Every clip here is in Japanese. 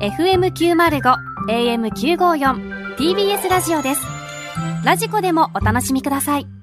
FM905 AM954 TBS ラジオです。ラジコでもお楽しみください。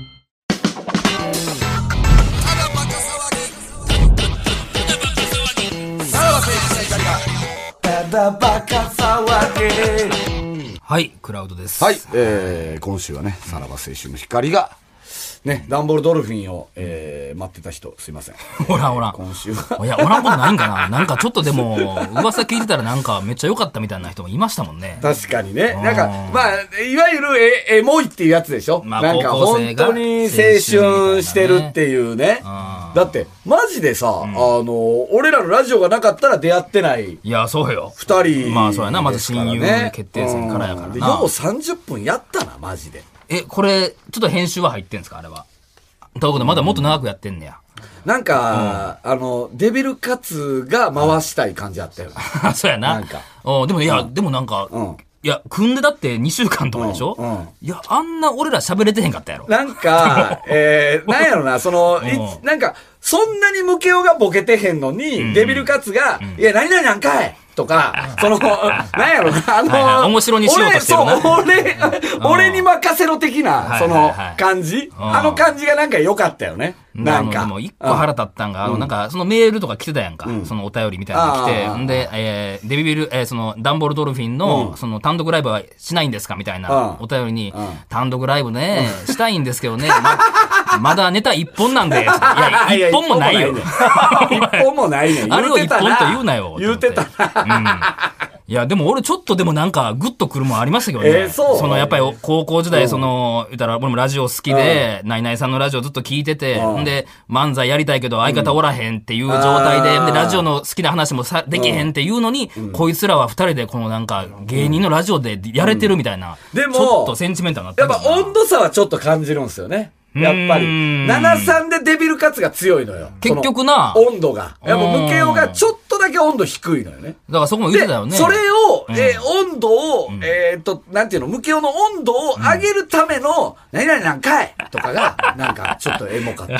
はい、クラウドです。 はい、今週はね、さらば青春の光が、ね、ダンボールドルフィンを、待ってた人、すいません。 おらん。 今週は。 いや、おらんことないんかな。なんかちょっとでも、噂聞いてたらなんかめっちゃ良かったみたいな人もいましたもんね。 確かにね。なんか、まあ、いわゆるエモいっていうやつでしょ。 まあ、 なんか本当に青春してるっていうね。だって、マジでさ、俺らのラジオがなかったら出会ってない。 いや、そうよ。 二人。 まあ、そうやな。まず親友決定戦からやからな。 よう30分やったな、マジで。 これ、ちょっと編集は入ってんすかあれは。ということで、まだもっと長くやってんねや。 なんか、デビルカツが回したい感じあったよね。 そうやな。 なんか。 でも、いや、でもなんか、いや、組んでだって2週間とかでしょいや、あんな俺ら喋れてへんかったやろ。 なんか、なんやろな、なんか、そんなにムケオがボケてへんのに、デビルカツが、いや、何々なんかいとか、なんやろな、 面白にしようとしてるな。 俺に任せろ的な、感じあの感じがなんか良かったよね。なんか。 でも一個腹立ったんが、なんか、そのメールとか来てたやんか。そのお便りみたいなのが来て、んで、デビル、ダンボールドルフィンの、単独ライブはしないんですかみたいなお便りに、単独ライブね、したいんですけどね、まだネタ一本なんで、いや、一本もないよ。 一本もないね。 あれを一本と言うなよ。 言うてたな。 いや、でも俺ちょっとでもなんかグッとくるもんありましたけどね。やっぱり高校時代、言ったら俺もラジオ好きで、ナイナイさんのラジオずっと聞いてて、んで、漫才やりたいけど相方おらへんっていう状態で、ラジオの好きな話もできへんっていうのに、こいつらは二人でこのなんか芸人のラジオでやれてるみたいな。でも、ちょっとセンチメンタルになってやっぱ温度差はちょっと感じるんですよね。やっぱり。73でデビルカツが強いのよ。 結局な。 温度が。やっぱムケオがちょっとだけ温度低いのよね。 だからそこも言ってたよね。 それを、温度を、なんていうの、ムケオの温度を上げるための、何々なんかいとかが、なんかちょっとエモかった。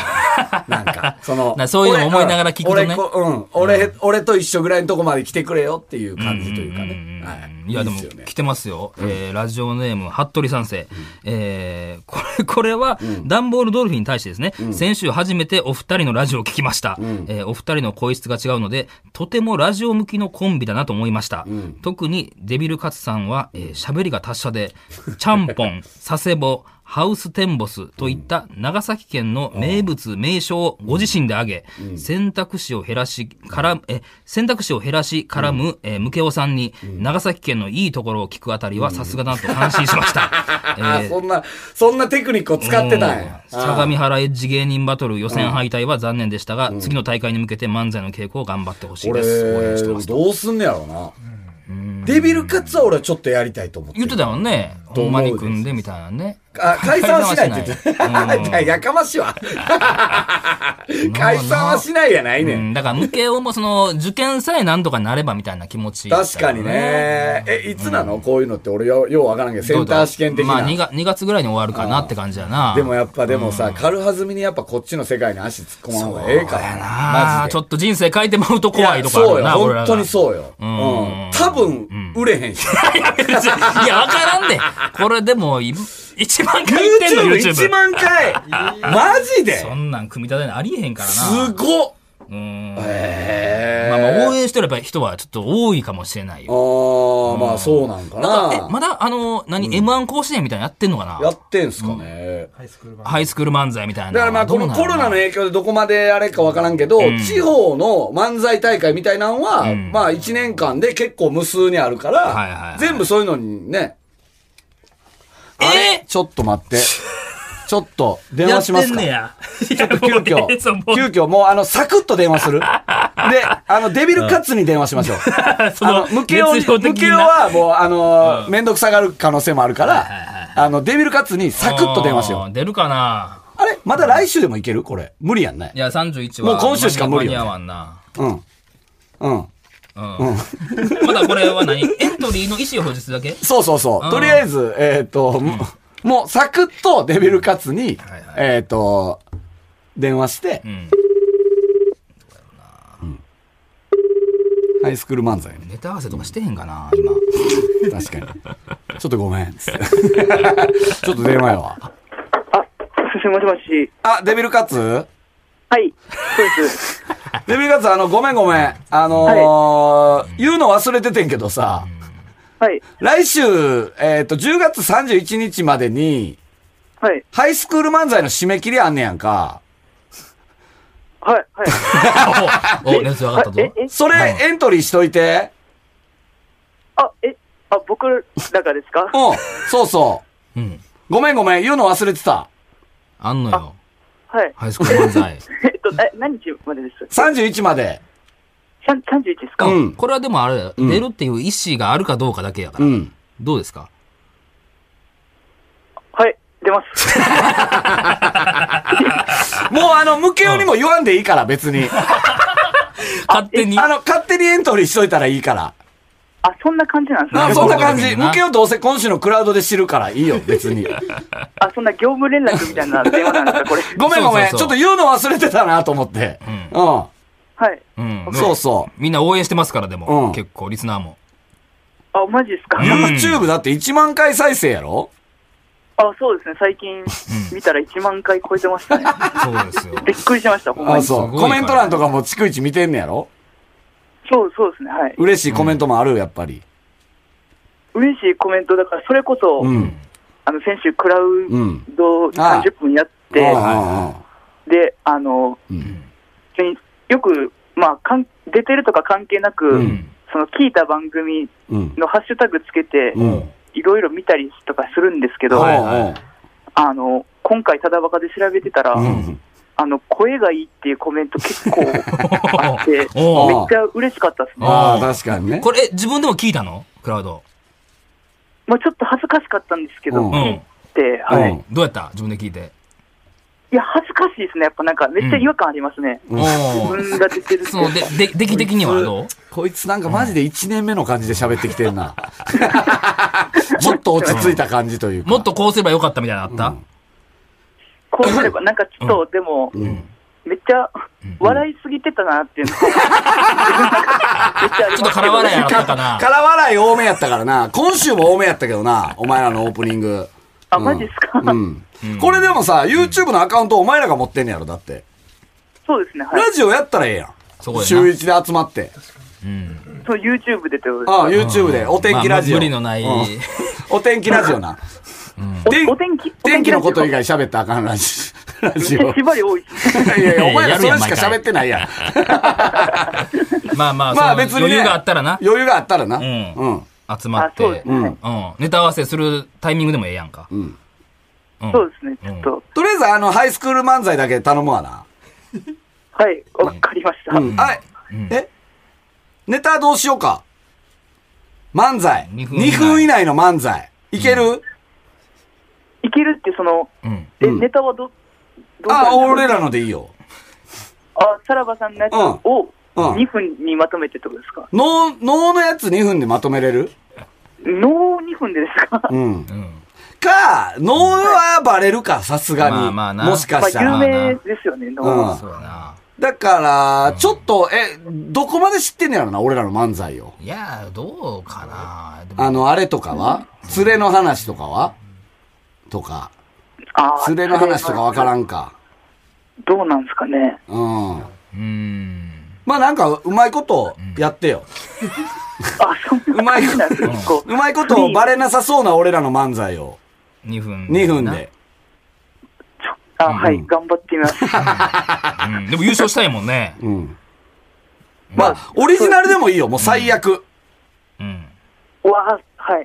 なんか、 そういうのを思いながら聞くとね。 俺と一緒ぐらいのとこまで来てくれよっていう感じというかね。 いや、でも来てますよ。ラジオネーム、服部三世。これは、ダンボールドルフィンに対してですね、先週初めてお二人のラジオを聞きました。お二人の声質が違うので、とてもラジオ向きのコンビだなと思いました。特にデビルカツさんは喋りが達者で、ちゃんぽん、佐世保、ハウステンボスといった長崎県の名物名所をご自身で挙げ、選択肢を減らし絡むムケオさんに長崎県のいいところを聞くあたりはさすがだなと感心しました。 そんなテクニックを使ってたんや。 相模原エッジ芸人バトル予選敗退は残念でしたが、次の大会に向けて漫才の稽古を頑張ってほしいです。応援してます。 どうすんねやろうな。デビルカツは俺はちょっとやりたいと思って。 言ってたもんね。ほんまに組んでみたいなね。 解散はしないって言ってた。やかましいわ。解散はしないやないねん。 だから、ムケオも受験さえなんとかなればみたいな気持ち。 確かにね。いつなのこういうのって俺ようわからんけど、センター試験的な。 まあ2月ぐらいに終わるかなって感じやな。 でもやっぱでもさ、軽はずみにやっぱこっちの世界に足突っ込まん方がええからな。マジで。 ちょっと人生変えてまうと怖いとかあるな。 そうよ。本当にそうよ。多分、売れへんし。 いや、わからんね。これでも、1万回いってんの YouTube。 1万回マジでそんなん組み立てないありえへんからな。 すごっまあ応援してる人はちょっと多いかもしれないよ。 まあそうなんかな。 まだM1 甲子園みたいなのやってんのかな。 やってんすかね。 ハイスクール漫才みたいな。 だからまあこのコロナの影響でどこまであれかわからんけど、地方の漫才大会みたいなのは、まあ1年間で結構無数にあるから、全部そういうのにね。ちょっと待って。ちょっと、電話しますか。ちょっと急遽、もうサクッと電話する。で、デビルカツに電話しましょう。ムケオはもう、めんどくさがる可能性もあるから、デビルカツにサクッと電話しよう。 出るかな。 あれまだ来週でもいけるこれ。無理やんね。 いや、31は。 もう今週しか無理やん。 間に合わんな。 まだこれは何エントリーの意思を表示するだけ？ そう。とりあえず、もうサクッとデビルカツに、電話して、 ハイスクール漫才。 ネタ合わせとかしてへんかな、今。 確かに。ちょっとごめん。つってちょっと電話やわ。 もしもし。 あ、デビルカツ？ はい、そうです。 デビルカツ、ごめん。言うの忘れててんけどさ。 はい。 来週、10月31日までに、 はい。 ハイスクール漫才の締め切りあんねやんか。 はい、 はい。熱上がったぞ。 それ、エントリーしといて。 僕らがですか？ そうそう。ごめん。言うの忘れてた。 あんのよ。 はい。 ハイスクール漫才。 何日までです ?31 まで。 31ですか？ これはでもあれ、出るっていう意思があるかどうかだけやから。どうですか？ はい、出ます。 もう向けようにも言わんでいいから、別に。 勝手に。 勝手にエントリーしといたらいいから。 そんな感じなんですね。 そんな感じ。向けようどうせ今週のクラウドで知るからいいよ、別に。 そんな業務連絡みたいな電話なんですか、これ。 ごめん。ちょっと言うの忘れてたなと思って。 はい。 そうそう。 みんな応援してますから、でも。結構、リスナーも。 マジですか？ YouTube だって1万回再生やろ？ そうですね。最近見たら1万回超えてましたね。 そうですよ。 びっくりしました、ほんまに。 そう。コメント欄とかも逐一見てんねやろ？ そうですね、はい。 嬉しいコメントもある、やっぱり。 嬉しいコメントだから、それこそ、先週クラウド30分やって、で、よく、出てるとか関係なく、その聞いた番組のハッシュタグつけて、いろいろ見たりとかするんですけど、今回ただバカで調べてたら、声がいいっていうコメント結構あって、めっちゃ嬉しかったですね。 確かにね。 これ、自分でも聞いたの？クラウド。 ちょっと恥ずかしかったんですけど、聞いて、 はい。どうやった？自分で聞いて。 いや、恥ずかしいですね。やっぱなんか、めっちゃ違和感ありますね。自分が出てるって。 出来的にはどう？ こいつなんかマジで1年目の感じで喋ってきてんな。もっと落ち着いた感じというか。 もっとこうすればよかったみたいなのあった？ こうすれば、なんかちょっと、でも、めっちゃ笑いすぎてたなっていうのが、 ちょっと空笑いあったかな。 空笑い多めやったからな。今週も多めやったけどな、お前らのオープニング。 マジっすか？ これでもさ、YouTube のアカウントお前らが持ってんねやろ、だって。 そうですね、 ラジオやったらええやん。週一で集まって。 そう、YouTube でってことですか？YouTube で、お天気ラジオ。 無理のない。 お天気ラジオな。天気のこと以外喋ったらあかんラジオ。 縛り多い。 いや、お前らそれしか喋ってないやん。 まあ別に余裕があったらな。 余裕があったらな。 集まって、ネタ合わせするタイミングでもええやんか。 そうですね、ちょっと。 とりあえずハイスクール漫才だけ頼むわな。 はい、わかりました。 ネタどうしようか。漫才。2分以内の漫才。いける？ いけるってネタは俺らのでいいよ。 さらばさんのやつを2分にまとめてってことですか？ 能のやつ2分でまとめれる？ 能2分でですか？ 能はバレるか、さすがに。もしかしたら。 有名ですよね、能は。 だから、ちょっと、どこまで知ってんねやろな、俺らの漫才を。 いや、どうかな。 あれとかは連れの話とかはとか。連れの話とかわからんか。 どうなんですかね。 なんか、うまいことやってよ。うまいことバレなさそうな俺らの漫才を。 2分で。 はい、頑張ってみます。 でも優勝したいもんね。 オリジナルでもいいよ、もう最悪。 はい。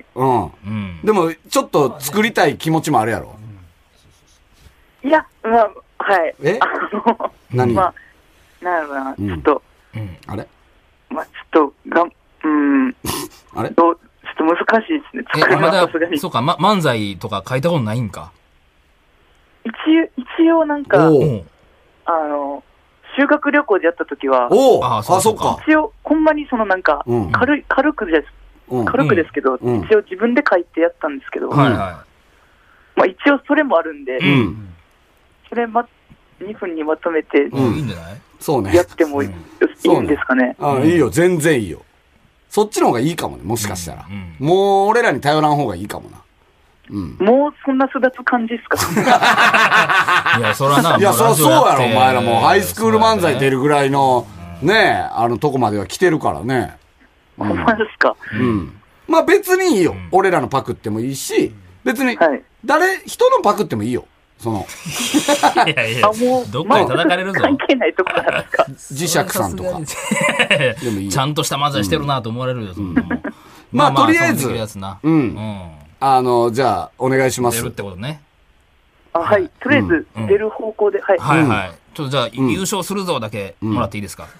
でも、ちょっと作りたい気持ちもあるやろ。 いや、はい。 何？ なんやろな、ちょっと。 あれ？ ちょっと、 あれ？ ちょっと難しいですね。 そうか、漫才とか書いたことないんか。 一応なんか、修学旅行でやった時は、 そうか。 一応、ほんまになんか、軽くですけど、一応自分で書いてやったんですけど、一応それもあるんで、それ2分にまとめて、 いいんじゃない？ そうね。 やってもいいんですかね。 いいよ、全然いいよ。 そっちの方がいいかもね、もしかしたら。もう俺らに頼らん方がいいかもな。 もうそんな巣立つ感じっすか？ いや、そらな。 いや、そうやろ、お前らもうハイスクール漫才出るぐらいの、ねとこまでは来てるからね。 ほんまですか？ まあ別にいいよ。俺らのパクってもいいし、別に、人のパクってもいいよ。 いやいや、どっかで叩かれるぞ。 関係ないとこなんですか？ 磁石さんとか。 でもいい。ちゃんとした漫才してるなと思われるよ、そんなもん。 まあとりあえず、じゃあ、お願いします。 出るってことね。 はい。とりあえず、出る方向で、はい。 はいはい。ちょっとじゃあ、優勝するぞだけもらっていいですか？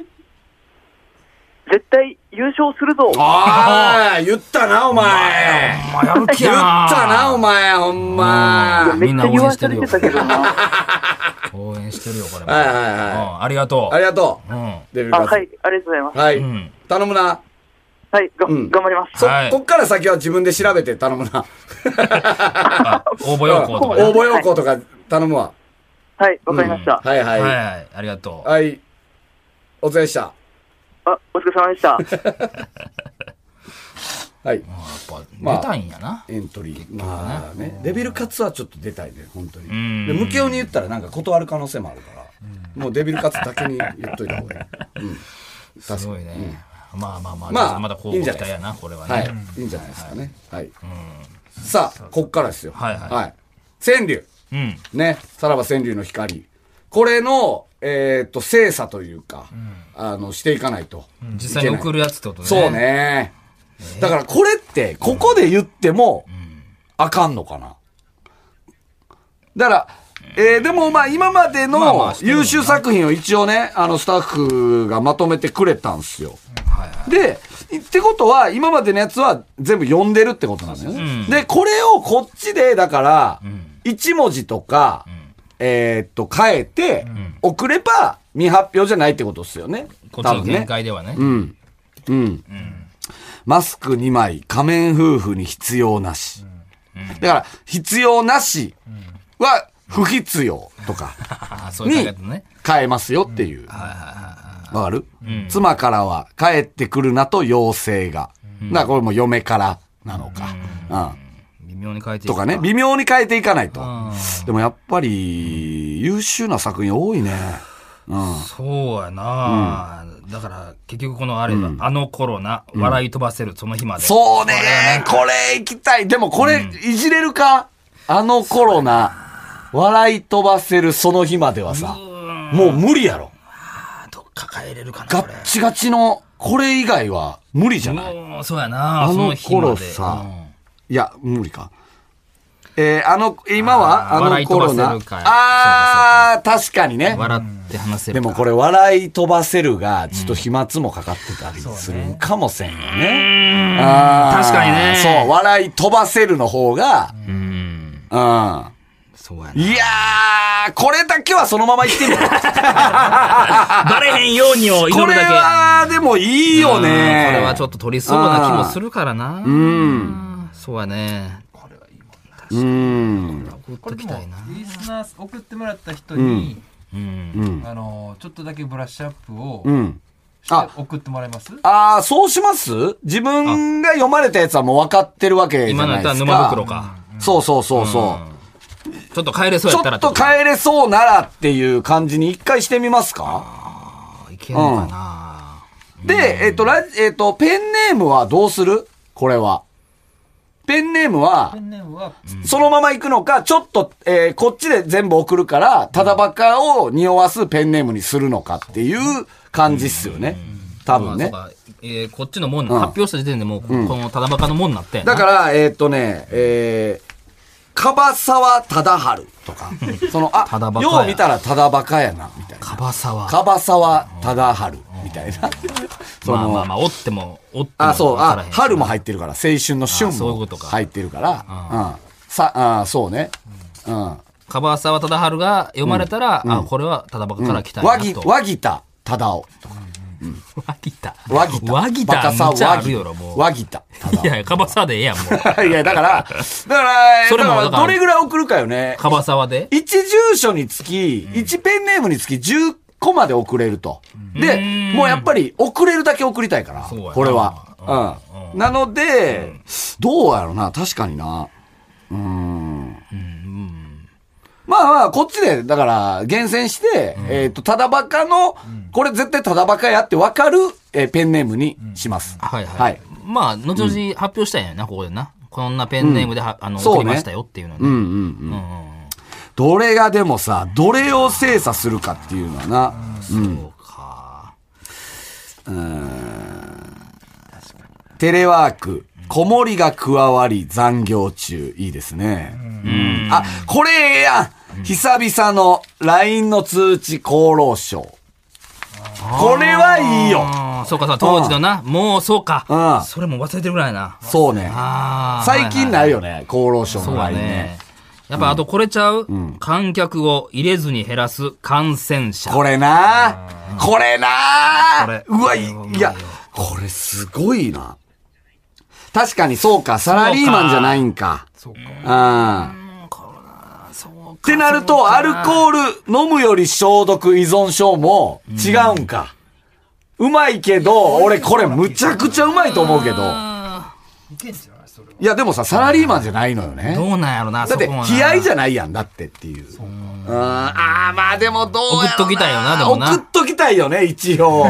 絶対優勝するぞ。 ああ、言ったな、お前。 やる気やな。 言ったな、お前、ほんま。 めっちゃ言わされてたけどな。 応援してるよ、これも。 はいはいはい。 ありがとう。 ありがとう。 はい、ありがとうございます。 はい。頼むな。 はい、頑張ります。 こっから先は自分で調べて頼むな。 応募要項とか。 応募要項とか頼むわ。 はい、わかりました。 はいはい。 はい、ありがとう。 はい。お疲れでした。 お疲れ様でした。 はい。 やっぱ、出たいんやな。 エントリー。まあね。デビルカツはちょっと出たいね、本当に。で、無形に言ったらなんか断る可能性もあるから、もうデビルカツだけに言っといた方がいい。 すごいね。まあ、まだこう期待やな、これはね。 はい。いいんじゃないですかね。はい。さあ、こっからですよ。 はい。 川柳。ね。さらば川柳の光。これの、精査というか、していかないと。 実際に送るやつってことね。 そうね。だからこれって、ここで言っても、あかんのかな。だから、でもまあ今までの優秀作品を一応ね、スタッフがまとめてくれたんすよ。で、ってことは、今までのやつは全部読んでるってことなんだよね。で、これをこっちで、だから、1文字とか、変えて、送れば未発表じゃないってことですよね。 こっちの見解ではね。 マスク2枚、仮面夫婦に必要なし。だから、必要なしは不必要とかに変えますよっていう。わかる？妻からは帰ってくるなと要請が。だからこれも嫁からなのか。 微妙に変えていとかね。微妙に変えていかないと。でもやっぱり、優秀な作品多いね。 そうやな、だから結局このあれ、あの頃な、笑い飛ばせるその日まで。 そうね、これ行きたい。でもこれ、いじれるか？あの頃な、笑い飛ばせるその日まではさ、もう無理やろ。 どっか変えれるかな。 ガッチガチの、これ以外は無理じゃない？ もうそうやな、 あの頃さ、いや、無理か。今はあの頃な。確かにね。 笑って話せる。 でもこれ笑い飛ばせるが、ちょっと飛沫もかかってたりするかもせんよね。 確かにね。 そう、笑い飛ばせるの方が、 そうやな。 いやー、これだけはそのまま言ってみる。 バレへんようにを祈るだけ。 これは、でもいいよね。 これはちょっと取りそうな気もするからな。そうやね。 これでもリスナー送ってもらった人に、ちょっとだけブラッシュアップをして送ってもらえます？ そうします？自分が読まれたやつはもう分かってるわけじゃないですか。 今のやったら沼袋か。 そう。 ちょっと帰れそうやったら。 ちょっと帰れそうならっていう感じに一回してみますか？ いけるのかな。 で、ペンネームはどうする？これは。ペンネームは、そのまま行くのか、ちょっと、こっちで全部送るから、ただバカを匂わすペンネームにするのかっていう感じっすよね。多分ね。 こっちのもん、発表した時点でもう、このただバカのもんになってんだから、樺沢忠治とか、よう見たらただバカやな、みたいな。 樺沢忠治みたいな。 まあ、おっても。 春も入ってるから、青春の春も入ってるから、そうね。 樺沢忠治が読まれたら、これはただバカから来たんやと。 和木田忠夫とか。 和木田むちゃあるよろ、もう。 和木田。 いや、樺沢でええやん、もう。 いや、だから、どれぐらい送るかよね。 樺沢で ?1 住所につき、1ペンネームにつき10個まで送れると。 で、もうやっぱり送れるだけ送りたいから、これは。なので、どうやろな、確かにな。まあ、こっちで、だから、厳選して、ただバカの、これ絶対ただバカやってわかる、ペンネームにします。 はいはい。まあ、後々発表したいんやな、ここでな。こんなペンネームで送りましたよっていうのね。 どれがでもさ、どれを精査するかっていうのはな。 そうか。 テレワーク。子守が加わり残業中。いいですね。あ、これええやん。久々の LINE の通知厚労省。これはいいよ。 そうか、当時のな。もうそうか。それも忘れてるぐらいな。 そうね。最近ないよね。厚労省の LINE ね。 やっぱあとこれちゃう、観客を入れずに減らす感染者。 これなこれなうわ、いや、これすごいな。確かにそうか、サラリーマンじゃないんか。そうか。ってなると、アルコール飲むより消毒依存症も違うんか。うまいけど、俺これむちゃくちゃうまいと思うけど。いやでもさ、サラリーマンじゃないのよね。 どうなんやろな、 だって、気合いじゃないやんだってっていう。まあでもどうやろな。 送っときたいよな、でもな。 送っときたいよね、一応。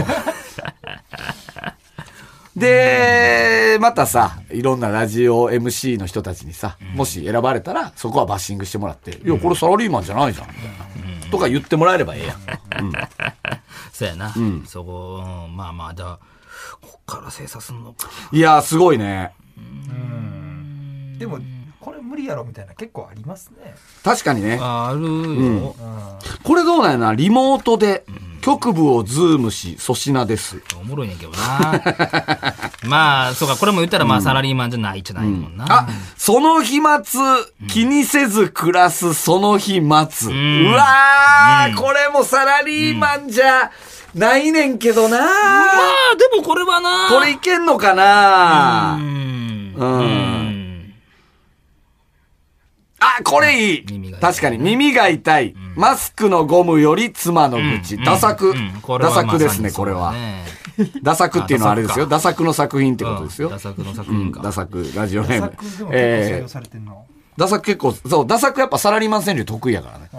で、またさ、いろんなラジオ MC の人たちにさ、もし選ばれたら、そこはバッシングしてもらって、いや、これサラリーマンじゃないじゃん、みたいな。とか言ってもらえればええやん。 そうやな。そこ、まあまあ、じゃあ、こっから精査すんのか。 いや、すごいね。 でも、これ無理やろみたいな結構ありますね。 確かにね。 あるよ。 これどうなんやな、リモートで、局部をズームし、粗品です。 おもろいねんけどな。まあ、そうか、これも言ったらまあサラリーマンじゃないじゃないもんな。 あ、その日末、気にせず暮らすその日待つ。うわー、これもサラリーマンじゃないねんけどな。まあ、でもこれはな。 これいけんのかな。あ、これいい。確かに耳が痛い。マスクのゴムより妻の愚痴。ダ作。ダ作ですね、これは。ダ作っていうのはあれですよ。ダ作の作品ってことですよ。 ダ作の作品か。 ダ作、ラジオネーム。 ダ作結構、そう、ダ作やっぱサラリーマン川柳得意やからね。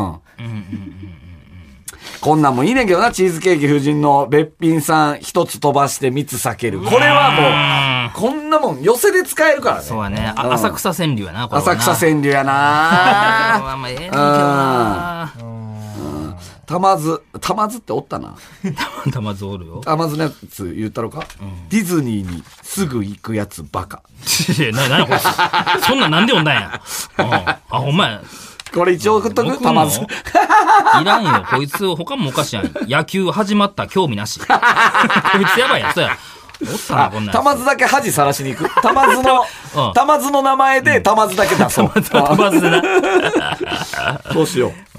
こんなんもいいねんけどな、チーズケーキ夫人のべっぴんさん一つ飛ばして三つ避ける。これはもう、こんなもん寄せで使えるからね。 そうやね。浅草川柳やな、これは。 浅草川柳やな。 まあええねんけどな。 玉津っておったな。 玉津おるよ。 玉津のやつ言ったろか、ディズニーにすぐ行くやつバカ。 なにこいつ。そんなんなんで読んだんや。あ、ほんまや。 これ一応送っとく玉津。 いらんよ。こいつ他もおかしいやん。野球始まった興味なし。こいつやばいやつや。おったな、こんなん。 玉津だけ恥さらしに行く。玉津の名前で玉津だけ出そう。 玉津でな。 そうしよう。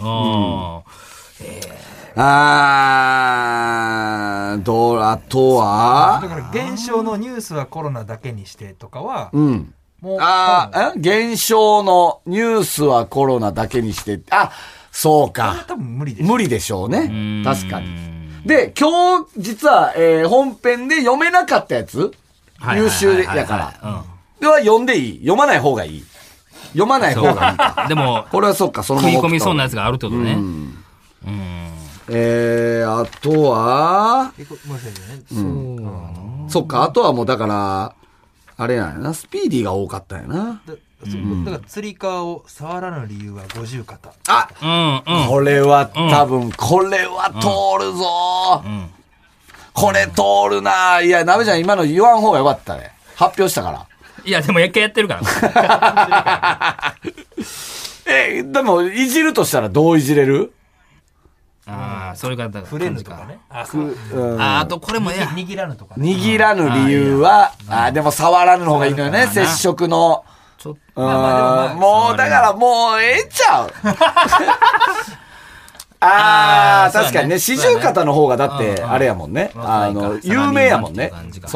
あとはだから現象のニュースはコロナだけにしてとかは、 もう現象のニュースはコロナだけにして、そうか。 多分無理でしょうね。確かに。で、今日、実は、本編で読めなかったやつ優秀やから。では読んでいい？読まない方がいい。読まない方がいいか。 でも、 これはそうか、そのまま。 食い込みそうなやつがあるってことね。 あとは、そっか、あとはもうだから、あれなんやな、スピーディーが多かったんやな。 だから釣り革を触らぬ理由は50肩。 これは多分、これは通るぞ。これ通るな。いや、なべちゃん今の言わん方がよかったね。発表したから。 いや、でも一回やってるから。 でも、いじるとしたらどういじれる？ それがだから触れぬとかね。 あとこれも握らぬとかね。握らぬ理由は、でも触らぬの方がいいのよね、接触の。もう、だからもう、ええちゃう。確かにね、四十肩の方がだって、あれやもんね。有名やもんね。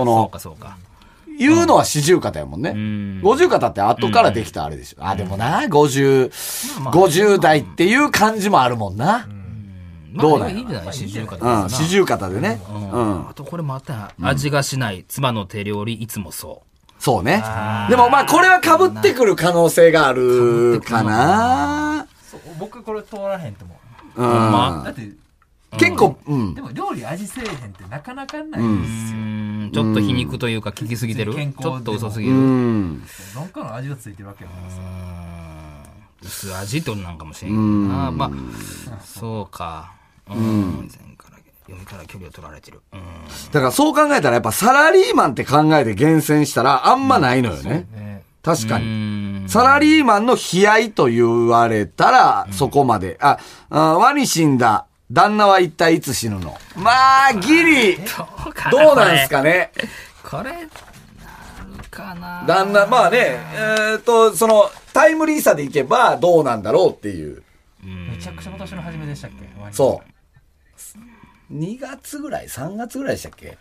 言うのは四十肩やもんね。50肩って後からできたあれでしょ。でもな、50代っていう感じもあるもんな。 どうなんや。 いいんじゃない？四十肩。 四十肩でね。 あとこれもあったやん。味がしない妻の手料理いつもそう。 そうね。でもまあこれは被ってくる可能性があるかな。 僕これ通らへんと思う。だって結構、 でも料理味せえへんってなかなかないですよ。 ちょっと皮肉というか効きすぎてる。ちょっと嘘すぎる。 なんかの味がついてるわけやからさ。 薄味となんかもしれんな。まあ、そうか。以前から読みから距離を取られてる。 だからそう考えたらやっぱサラリーマンって考えて厳選したらあんまないのよね。確かに。サラリーマンの悲哀と言われたらそこまで。ワニ死んだ。旦那は一体いつ死ぬの？まあ、ギリ、どうなんですかね。 これ、なるかな。 旦那、まあね、その、タイムリーさでいけばどうなんだろうっていう。 めちゃくちゃ今年の初めでしたっけ？ そう。2月ぐらい ?3 月ぐらいでしたっけ？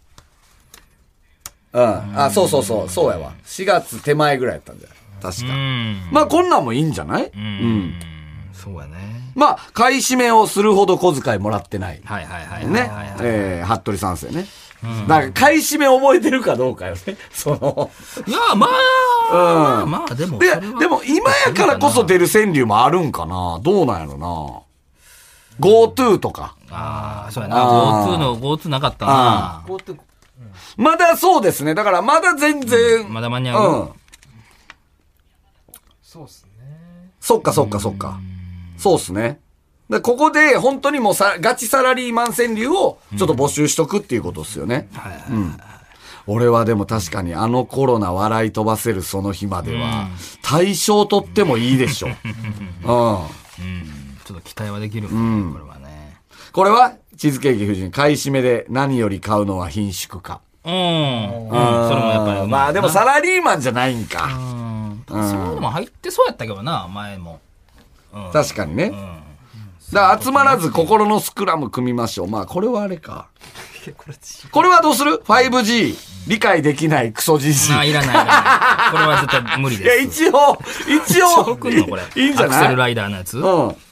そうやわ。4月手前ぐらいやったんじゃない？確か。まあ、こんなんもいいんじゃない？ そうやね。 まあ、買い占めをするほど小遣いもらってない。 ね。 服部三世ね。だから、買い占め覚えてるかどうかよね。 いや、まあ、でも。 でも、今やからこそ出る川柳もあるんかな。どうなんやろな。GoTo とか。 そうやな。GoTo なかったな。 まだそうですね。だから、まだ全然。 まだ間に合う。 そうっすね。 そっか。そうっすね。でここで本当にもうガチサラリーマン川柳をちょっと募集しとくっていうことですよね。俺はでも確かにあのコロナ笑い飛ばせるその日までは大賞取ってもいいでしょ。ちょっと期待はできるこれはね。 これはチーズケーキ夫人買い占めで何より買うのは品種か。 それもやっぱりまあでもサラリーマンじゃないんか。 そういうのも入ってそうやったけどな、前も。 確かにね。だから集まらず心のスクラム組みましょう。まあこれはあれか。これはどうする ?5G 理解できないクソじじい。 いらない。これは絶対無理です。 いや、一応いいんじゃない？ アクセルライダーのやつ？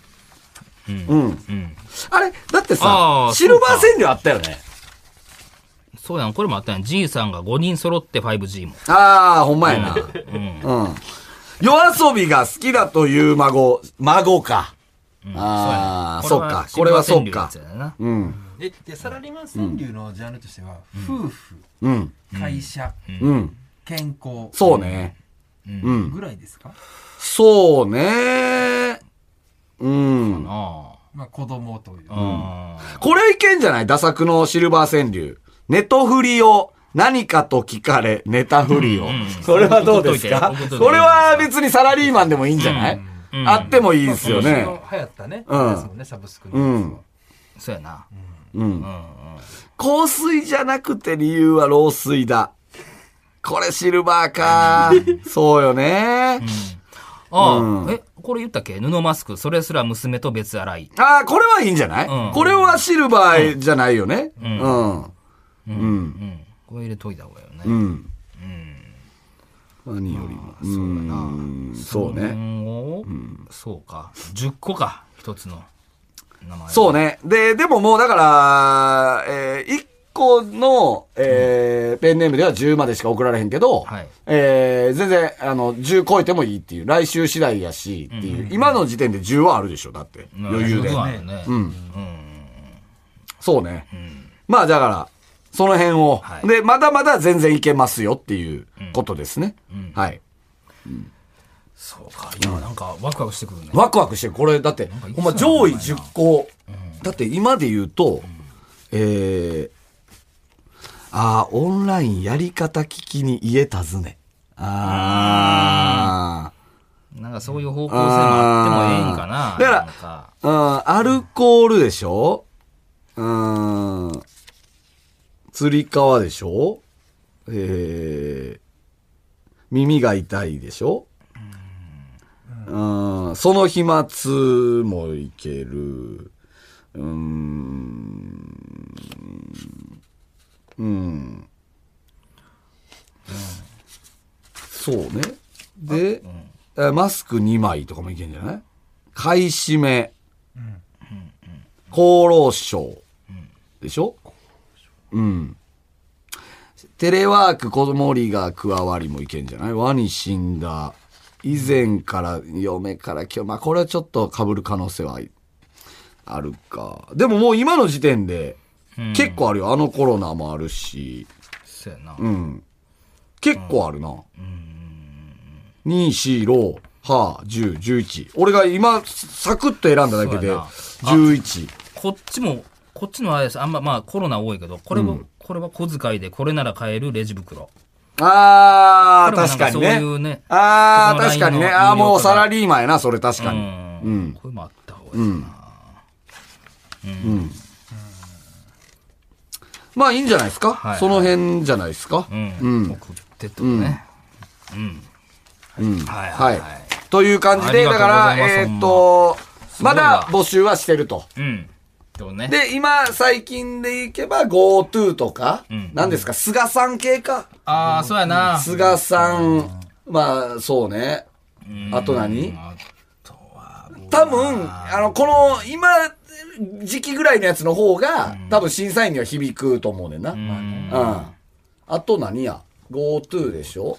あれだってさ、シルバー川柳あったよね。 そうやん、これもあったやん。G さんが5人揃って 5G も。 ほんまやな。夜遊びが好きだという孫か。そうか。これはそうか。 サラリーマン川柳のジャンルとしては、夫婦、会社、健康。 そうね。 ぐらいですか？ そうね。まあ子供という。 これいけんじゃない？ダサのシルバー川柳。ネトフリを何かと聞かれ、ネタフリを。これはどうですか？これは別にサラリーマンでもいいんじゃない？あってもいいですよね。 流行ったね。サブスクの。そうやな。 香水じゃなくて理由は老衰だ。これシルバーか。そうよね。 これ言ったっけ？布マスク、それすら娘と別洗い。 これはいいんじゃない？これはシルバーじゃないよね。 これ入れといた方がいいよね。 何よりも。そうだな。そうね。 そうか。10個か、一つの名前。 そうね。でももうだから、1個の、ペンネームでは10までしか送られへんけど、全然、10超えてもいいっていう、来週次第やし、っていう、今の時点で10はあるでしょ、だって。余裕で。そうね。まあだから、その辺を、で、まだまだ全然いけますよっていうことですね。はい。 そうか、今なんかワクワクしてくるね。 ワクワクしてる。これ、だって、ほんま上位10個。だって今で言うと、オンラインやり方聞きに家訪ね。 なんかそういう方向性もあってもええんかな。 だから、アルコールでしょ？つり革でしょ？耳が痛いでしょ？その飛沫もいける。そうね。で、マスク2枚とかもいけんじゃない？買い占め。 厚労省でしょ。うん。テレワーク、子守りが加わりもいけんじゃない？ワニ死んだ。以前から、嫁から今日、まあこれはちょっと被る可能性はあるか。でももう今の時点で、結構あるよ。あのコロナもあるし。 そうやな。 うん。結構あるな。2、4、6、8、10、11。俺が今、サクッと選んだだけで、11。 こっちのあれです。あんま、まあコロナ多いけど、これは小遣いでこれなら買えるレジ袋。 あー、確かにね。 そういうね。 あー、確かにね。あー、もうサラリーマンやな、それ確かに。 うん。これもあった方がいいな。 まあいいんじゃないですか、はい、その辺じゃないですか。 送ってとね。 はい。という感じで、だから、まだ募集はしてると。で、今、最近でいけば、GoTo とか、何ですか、菅さん系か。 ああ、そうやな。 菅さん、まあ、そうね。あと何？多分、この、今、時期ぐらいのやつの方が、多分審査員には響くと思うねんな。あと何や？ GoTo でしょ？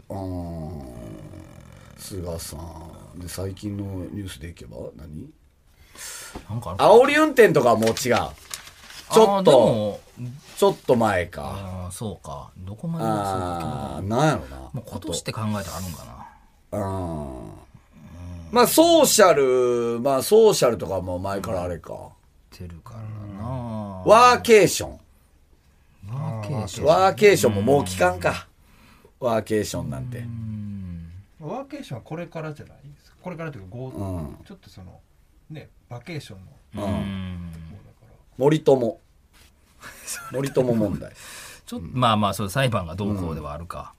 菅さん。で、最近のニュースでいけば何？なんか煽り運転とかはもう違う。ちょっと前か。 ああ、そうか。どこまでなんやろな。 もう今年って考えたらあるんかな。 まあソーシャルとかも前からあれか。 てるからな。 ワーケーション。ワーケーションももう期間か。ワーケーションなんて。 ワーケーションはこれからじゃないですか。これからというか、ちょっとその、ね、バケーションの。 森友問題。 ちょっと、まあまあ、そう、裁判がどうこうではあるか。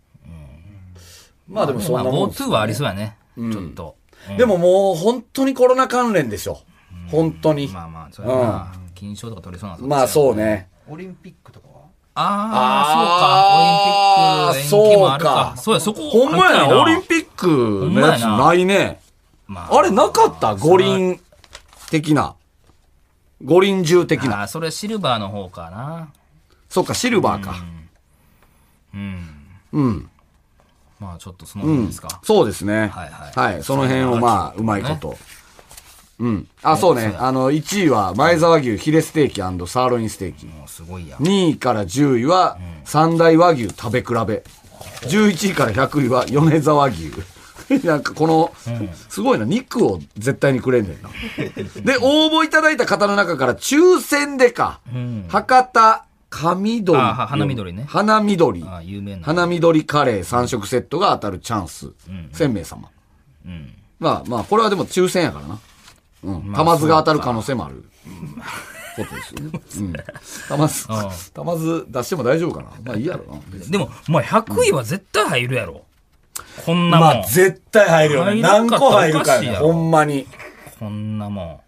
まあでもそんなもん。 GoTo はありそうやね。ちょっと。 でももう本当にコロナ関連でしょ。本当に。 まあまあ、そうやな。金賞とか取りそうな。 まあそうね。 オリンピックとかは？ ああ、そうか。オリンピック延期もあるか。そうや、そこ。 ほんまやな。オリンピックのやつないね。あれなかった？五輪的な。五輪銃的な。 それシルバーの方かな。 そっか、シルバーか。 まあちょっとその辺ですか。 そうですね。はい。その辺をまあ、うまいこと。そうね。1位は前沢牛ヒレステーキ&サーロインステーキ。 すごいや。 2位から10位は三大和牛食べ比べ。11位から100位は米沢牛。なんかこの、すごいな、肉を絶対にくれんねんな。で、応募いただいた方の中から抽選でか、博多、花緑ね。 花緑。 有名な。 花緑カレー3食セットが当たるチャンス。1000名様。まあ、これはでも抽選やからな。玉津が当たる可能性もある。ことですよね。玉津出しても大丈夫かな。まあいいやろな。 でも、まあ100位は絶対入るやろ。こんなもん。 まあ絶対入るよね。何個入るかね。ほんまに。 こんなもん。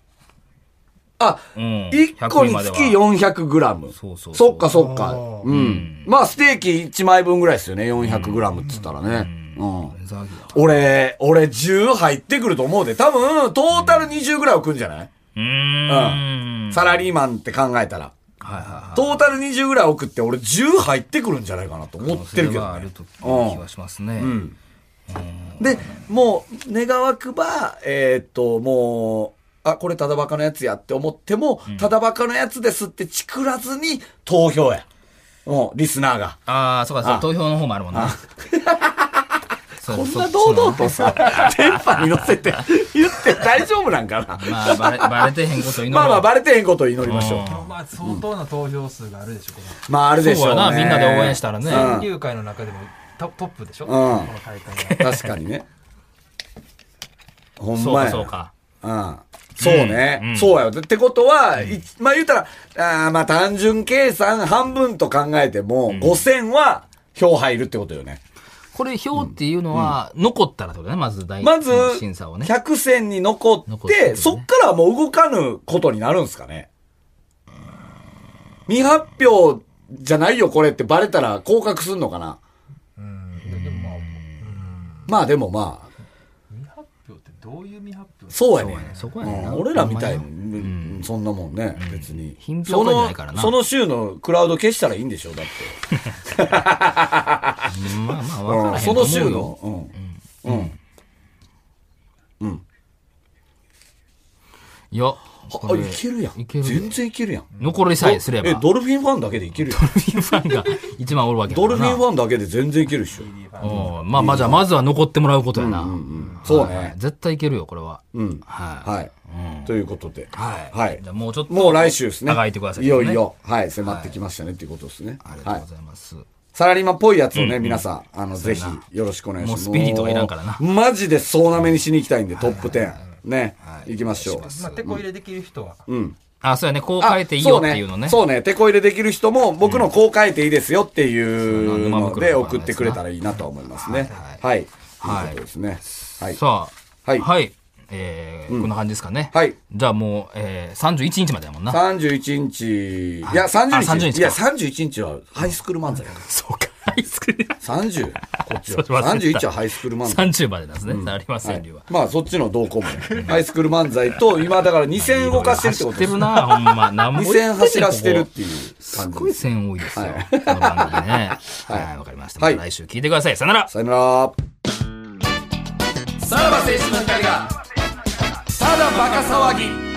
1個につき400グラム。そっか。まあステーキ1枚分ぐらいですよね。400グラムって言ったらね。俺10入ってくると思うで。多分、トータル20ぐらい置くんじゃない？サラリーマンって考えたら。トータル20ぐらい置くって俺10入ってくるんじゃないかなと思ってるけどね。 あると気はしますね。 で、もう、願わくば、もう、これただバカのやつやって思っても、ただバカのやつですってチクらずに投票や。リスナーが。 そうか、投票の方もあるもんな。 こんな堂々とさ、電波に乗せて言って大丈夫なんかな。 まあ、バレてへんこと祈ろう。 まあ、バレてへんことを祈りましょう。 まあ、相当な投票数があるでしょ、これ。 まあ、あるでしょうね。 そうやな、みんなで応援したらね。 川柳界の中でもトップでしょ、この大会は。確かにね。ほんまや。 そうか。 そうね。そうやよ。ってことは、まあ言うたら、まあ単純計算半分と考えても、5000は票入るってことよね。 これ票っていうのは、残ったらってことね、まず審査をね。 100選に残って、そっからはもう動かぬことになるんですかね。未発表じゃないよ、これってバレたら降格すんのかな。まあでもまあ。 未発表ってどういう未発表？ そうやね。 そこやね。 俺らみたいに、そんなもんね、別に。 品評会じゃないからな。 その週のクラウド消したらいいんでしょ、だって。 まあまあ、わからへんと思うよ。 その週の、 いや、 いけるやん。全然いけるやん。 残りさえすれば。 ドルフィンファンだけでいけるやん。 ドルフィンファンが一番おるわけだからな。 ドルフィンファンだけで全然いけるっしょ。まあまあ、じゃあまずは残ってもらうことやな。 そうね。 絶対いけるよ、これは。 はい。ということで。 はい。じゃあもうちょっと。 もう来週ですね。 長いてください。 いよいよ、はい、迫ってきましたねっていうことですね。 ありがとうございます。 サラリーマンっぽいやつをね、皆さん、ぜひよろしくお願いします。 もうスピリットがいらんからな。 マジで総なめにしに行きたいんで、トップ10。ね。行きましょう。 まあ、手こ入れできる人は。 あ、そうやね。こう変えていいよっていうのね。 そうね。手こ入れできる人も、僕のこう変えていいですよっていうので送ってくれたらいいなと思いますね。はい。はい。ということですね。はい。 さあ。はい。こんな感じですかね。 はい。 じゃあもう、31日までやもんな。 31日。いや、30日。いや、31日はハイスクール漫才やから。 そうか。ハイスクール。 30。こっちは。31はハイスクール漫才。 30までなんですね。ありません、理由は。 まあ、そっちの動向もね。ハイスクール漫才と、今、だから2戦動かしてるってことです。 走ってるな、ほんま。 2戦走らしてるっていう感じ。 すごい線多いですよ。この番組ね。はい、わかりました。来週聞いてください。さよなら。 さよなら。 さらば青春の光が、 ただバカ騒ぎ。